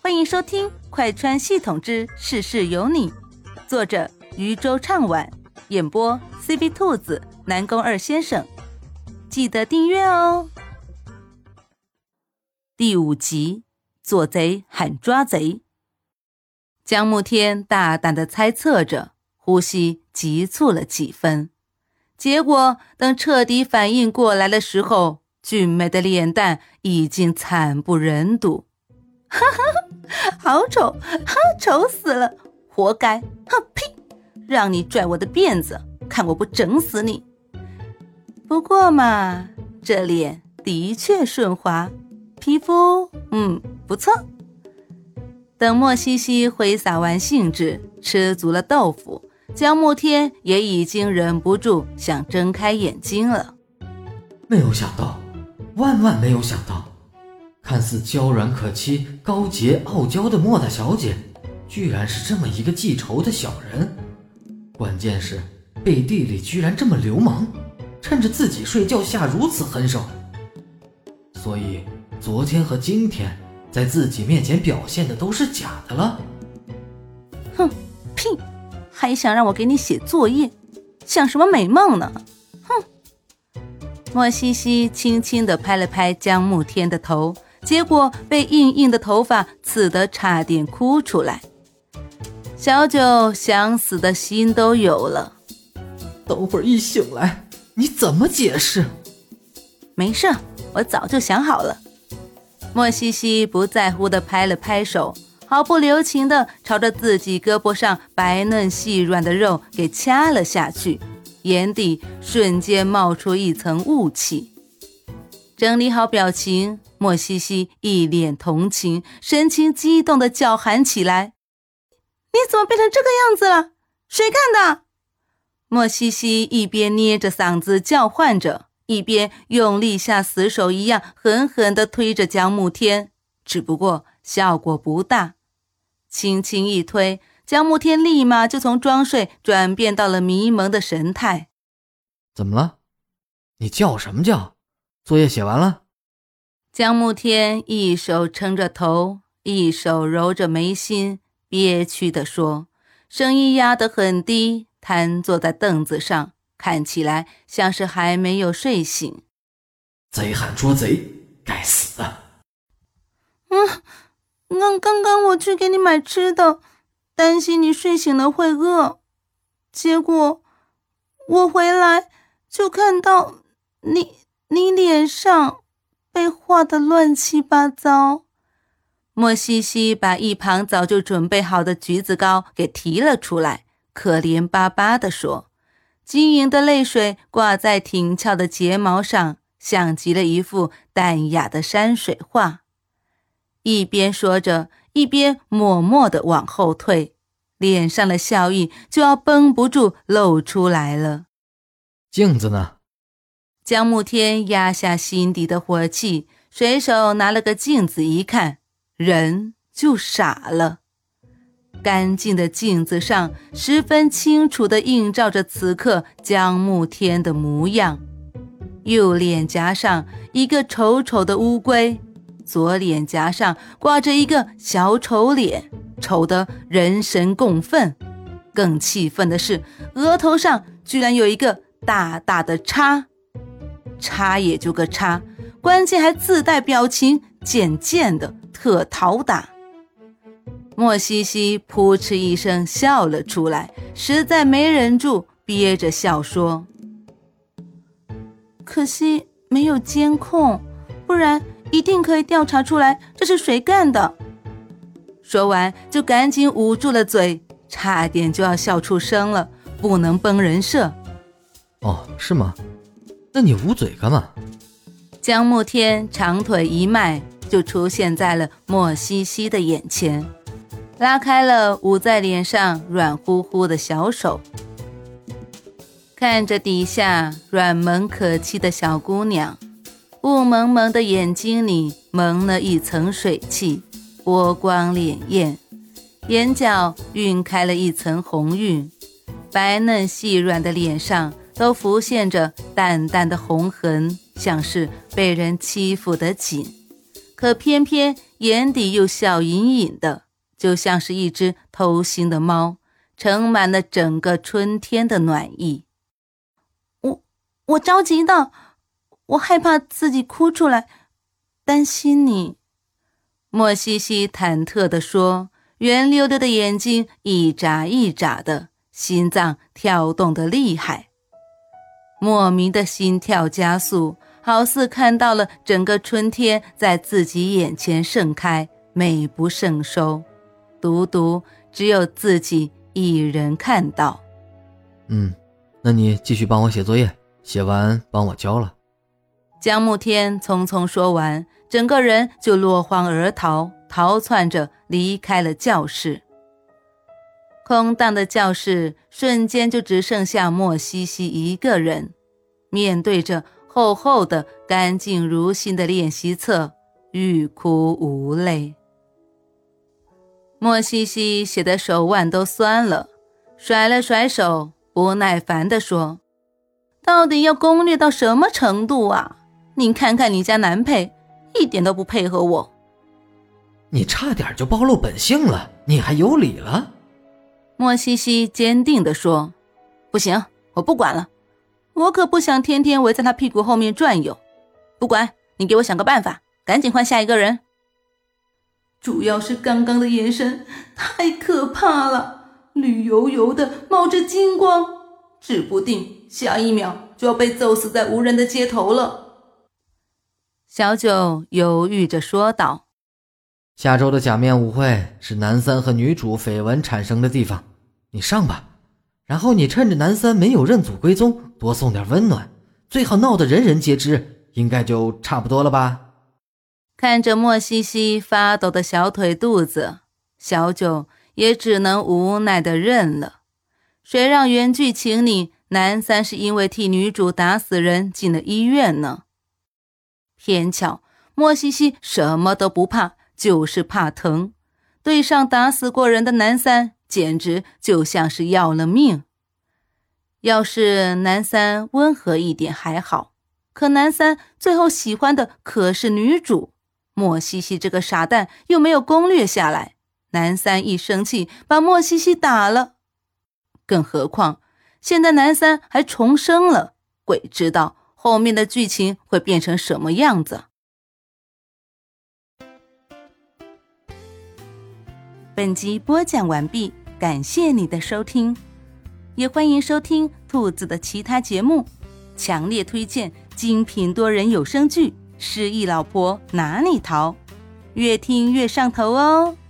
欢迎收听快穿系统之事事有你，作者渔舟唱晚，演播 CB 兔子、南宫二先生。记得订阅哦。第5集，做贼喊抓贼。江慕天大胆地猜测着，呼吸急促了几分。结果等彻底反应过来的时候，俊美的脸蛋已经惨不忍睹。哈哈，好丑，丑死了，活该，呸！让你拽我的辫子，看我不整死你。不过嘛，这脸的确顺滑，皮肤不错。等莫西西挥洒完兴致，吃足了豆腐，江慕天也已经忍不住想睁开眼睛了。 没有想到，万万没有想到，看似娇软可欺、高洁傲娇的莫大小姐，居然是这么一个记仇的小人。关键是背地里居然这么流氓，趁着自己睡觉下如此狠手。所以昨天和今天在自己面前表现的都是假的了。 哼，屁，还想让我给你写作业，想什么美梦呢？哼！莫西西轻轻地拍了拍江慕天的头，结果被硬硬的头发刺得差点哭出来。小九想死的心都有了。 等会儿一醒来，你怎么解释？ 没事，我早就想好了。莫西西不在乎地拍了拍手，毫不留情地朝着自己胳膊上白嫩细软的肉给掐了下去，眼底瞬间冒出一层雾气。整理好表情，莫西西一脸同情，神情激动地叫喊起来：你怎么变成这个样子了？谁干的？莫西西一边捏着嗓子叫唤着，一边用力下死手一样狠狠地推着江慕天，只不过效果不大。轻轻一推，江慕天立马就从装睡转变到了迷蒙的神态。 怎么了？你叫什么叫？作业写完了？ 江慕天一手撑着头，一手揉着眉心，憋屈地说，声音压得很低，瘫坐在凳子上，看起来像是还没有睡醒。 贼喊捉贼，该死的。 刚刚我去给你买吃的，担心你睡醒了会饿，结果我回来就看到你脸上被画得乱七八糟。莫西西把一旁早就准备好的橘子糕给提了出来，可怜巴巴地说，晶莹的泪水挂在挺翘的睫毛上，像极了一幅淡雅的山水画。一边说着，一边默默地往后退，脸上的笑意就要绷不住露出来了。 镜子呢？ 江慕天压下心底的火气，随手拿了个镜子一看，人就傻了。干净的镜子上十分清楚地映照着此刻江慕天的模样。右脸颊上一个丑丑的乌龟，左脸颊上挂着一个小丑脸，丑得人神共愤。更气愤的是，额头上居然有一个大大的叉，叉也就个叉，关键还自带表情，贱贱的，特讨打。莫西西扑哧一声笑了出来，实在没忍住，憋着笑说，可惜没有监控，不然一定可以调查出来这是谁干的。说完就赶紧捂住了嘴，差点就要笑出声了，不能崩人设。 哦，是吗？那你捂嘴干嘛？ 江慕天长腿一迈，就出现在了莫西西的眼前，拉开了捂在脸上软乎乎的小手。看着底下软萌可期的小姑娘，雾蒙蒙的眼睛里蒙了一层水汽，波光潋滟，眼角晕开了一层红晕，白嫩细软的脸上都浮现着淡淡的红痕，像是被人欺负得紧，可偏偏眼底又笑隐隐的，就像是一只偷腥的猫，盛满了整个春天的暖意。我着急的，我害怕自己哭出来，担心你。莫西西忐忑地说，圆溜溜的眼睛一眨一眨的，心脏跳动得厉害。莫名的心跳加速，好似看到了整个春天在自己眼前盛开，美不胜收，独独只有自己一人看到。 那你继续帮我写作业，写完帮我交了。 江慕天匆匆说完，整个人就落荒而逃，逃窜着离开了教室。空荡的教室瞬间就只剩下莫西西一个人，面对着厚厚的干净如新的练习册，欲哭无泪。莫西西写的手腕都酸了，甩了甩手，不耐烦地说，到底要攻略到什么程度啊？你看看你家男配，一点都不配合我。 你差点就暴露本性了，你还有理了？ 莫西西坚定地说，不行，我不管了，我可不想天天围在他屁股后面转悠。不管，你给我想个办法，赶紧换下一个人。主要是刚刚的眼神太可怕了，绿油油的，冒着金光，指不定下一秒就要被揍死在无人的街头了。小九犹豫着说道， 下周的假面舞会是男三和女主绯闻产生的地方，你上吧，然后你趁着男三没有认祖归宗，多送点温暖，最好闹得人人皆知，应该就差不多了吧。 看着莫西西发抖的小腿肚子，小九也只能无奈地认了。谁让原剧情里男三是因为替女主打死人进了医院呢？偏巧莫西西什么都不怕，就是怕疼。对上打死过人的男三，简直就像是要了命。要是男三温和一点还好，可男三最后喜欢的可是女主，莫西西这个傻蛋又没有攻略下来，男三一生气把莫西西打了。更何况现在男三还重生了，鬼知道后面的剧情会变成什么样子。本集播讲完毕，感谢你的收听，也欢迎收听兔子的其他节目，强烈推荐精品多人有声剧《失忆老婆哪里逃》，越听越上头哦。